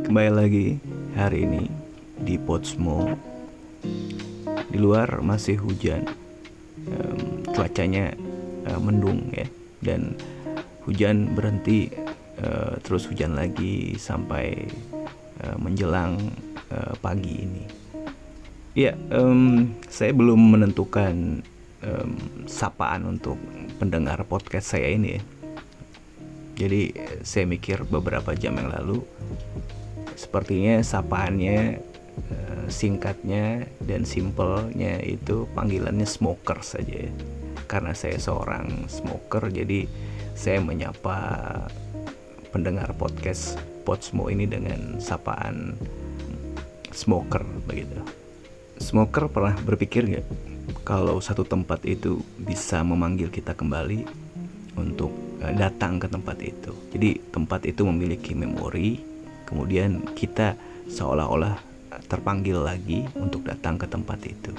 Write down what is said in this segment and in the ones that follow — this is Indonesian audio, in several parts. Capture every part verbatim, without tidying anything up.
Kembali lagi hari ini di Podsmo. Di luar masih hujan, um, cuacanya uh, mendung ya, dan hujan berhenti, uh, terus hujan lagi sampai uh, menjelang uh, pagi ini. Ya, um, saya belum menentukan um, sapaan untuk pendengar podcast saya ini ya. Jadi saya mikir beberapa jam yang lalu, sepertinya sapaannya uh, singkatnya dan simpelnya itu panggilannya smoker saja ya. Karena saya seorang smoker, jadi saya menyapa pendengar podcast Podsmo ini dengan sapaan smoker begitu. Smoker pernah berpikir gak kalau satu tempat itu bisa memanggil kita kembali untuk uh, datang ke tempat itu. Jadi tempat itu memiliki memori, kemudian kita seolah-olah terpanggil lagi untuk datang ke tempat itu.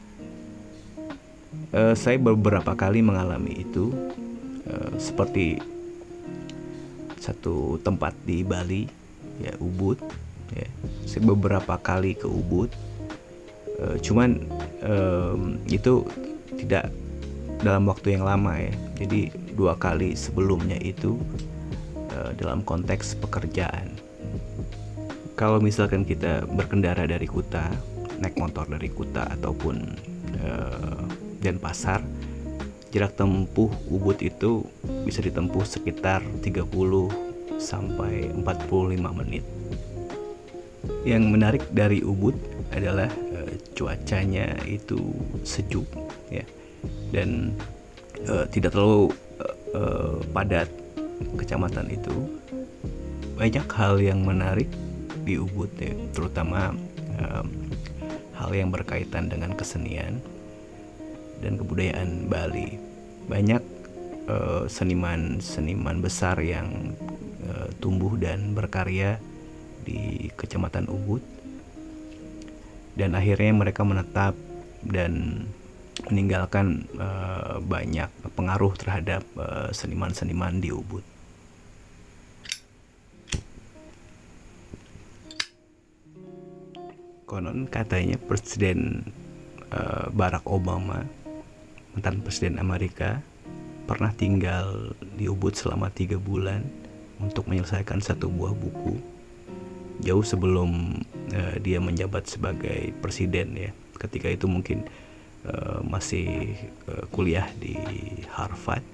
Uh, saya beberapa kali mengalami itu, uh, seperti satu tempat di Bali, ya Ubud. Ya, saya beberapa kali ke Ubud, uh, cuman um, itu tidak dalam waktu yang lama ya. Jadi dua kali sebelumnya itu uh, dalam konteks pekerjaan. Kalau misalkan kita berkendara dari Kuta, naik motor dari Kuta ataupun uh, Denpasar, jarak tempuh Ubud itu bisa ditempuh sekitar tiga puluh sampai empat puluh lima menit. Yang menarik dari Ubud adalah uh, cuacanya itu sejuk ya, dan uh, tidak terlalu uh, uh, padat kecamatan itu. Banyak hal yang menarik di Ubud ya, terutama um, hal yang berkaitan dengan kesenian dan kebudayaan Bali. Banyak uh, seniman-seniman besar yang uh, tumbuh dan berkarya di kecamatan Ubud, dan akhirnya mereka menetap dan meninggalkan uh, banyak pengaruh terhadap uh, seniman-seniman di Ubud. Konon katanya Presiden uh, Barack Obama, mantan Presiden Amerika, pernah tinggal di Ubud selama tiga bulan untuk menyelesaikan satu buah buku, jauh sebelum uh, dia menjabat sebagai presiden ya. Ketika itu mungkin uh, masih uh, kuliah di Harvard.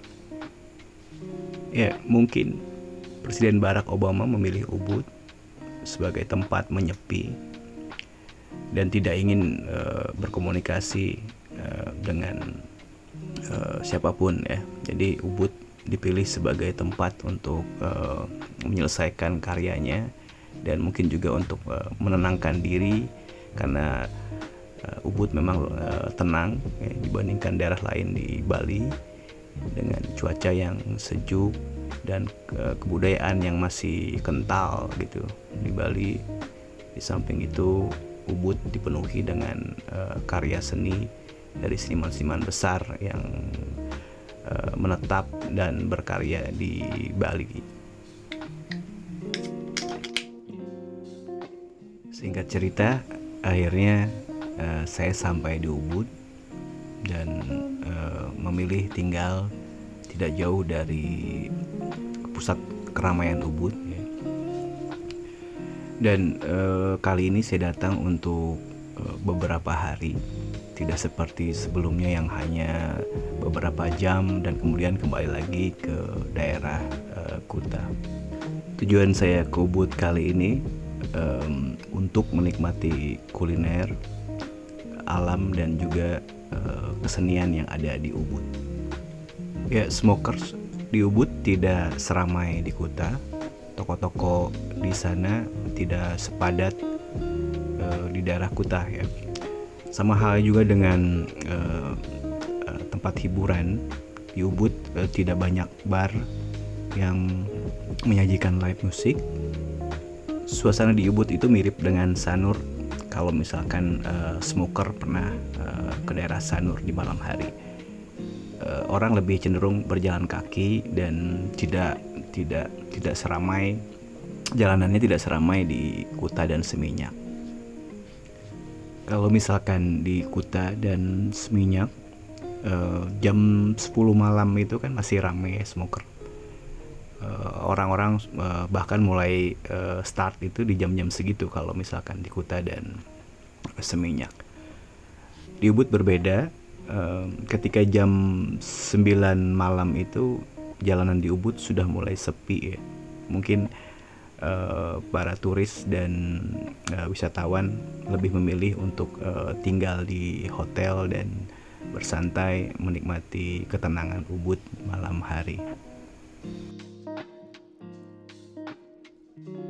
Ya, mungkin Presiden Barack Obama memilih Ubud sebagai tempat menyepi dan tidak ingin uh, berkomunikasi uh, dengan uh, siapapun ya. Jadi Ubud dipilih sebagai tempat untuk uh, menyelesaikan karyanya, dan mungkin juga untuk uh, menenangkan diri, karena uh, Ubud memang uh, tenang ya, dibandingkan daerah lain di Bali, dengan cuaca yang sejuk dan uh, kebudayaan yang masih kental gitu di Bali. Di samping itu Ubud dipenuhi dengan uh, karya seni dari seniman-seniman besar yang uh, menetap dan berkarya di Bali. Singkat cerita, akhirnya uh, saya sampai di Ubud dan uh, memilih tinggal tidak jauh dari pusat keramaian Ubud ya. Dan uh, kali ini saya datang untuk uh, beberapa hari, tidak seperti sebelumnya yang hanya beberapa jam dan kemudian kembali lagi ke daerah uh, Kuta. Tujuan saya ke Ubud kali ini um, untuk menikmati kuliner, alam, dan juga uh, kesenian yang ada di Ubud. Ya, smokers di Ubud tidak seramai di Kuta. Toko-toko di sana tidak sepadat uh, di daerah Kuta ya. Sama hal juga dengan uh, uh, tempat hiburan di Ubud, uh, tidak banyak bar yang menyajikan live music. Suasana di Ubud itu mirip dengan Sanur, kalau misalkan uh, smoker pernah uh, ke daerah Sanur di malam hari. Uh, orang lebih cenderung berjalan kaki dan tidak tidak tidak seramai jalanannya tidak seramai di Kuta dan Seminyak. Kalau misalkan di Kuta dan Seminyak uh, jam sepuluh malam itu kan masih ramai ya, smoker. Uh, orang-orang uh, bahkan mulai uh, start itu di jam-jam segitu kalau misalkan di Kuta dan Seminyak. Di Ubud berbeda, uh, ketika jam sembilan malam itu jalanan di Ubud sudah mulai sepi ya. Mungkin uh, para turis dan uh, wisatawan lebih memilih untuk uh, tinggal di hotel dan bersantai menikmati ketenangan Ubud malam hari.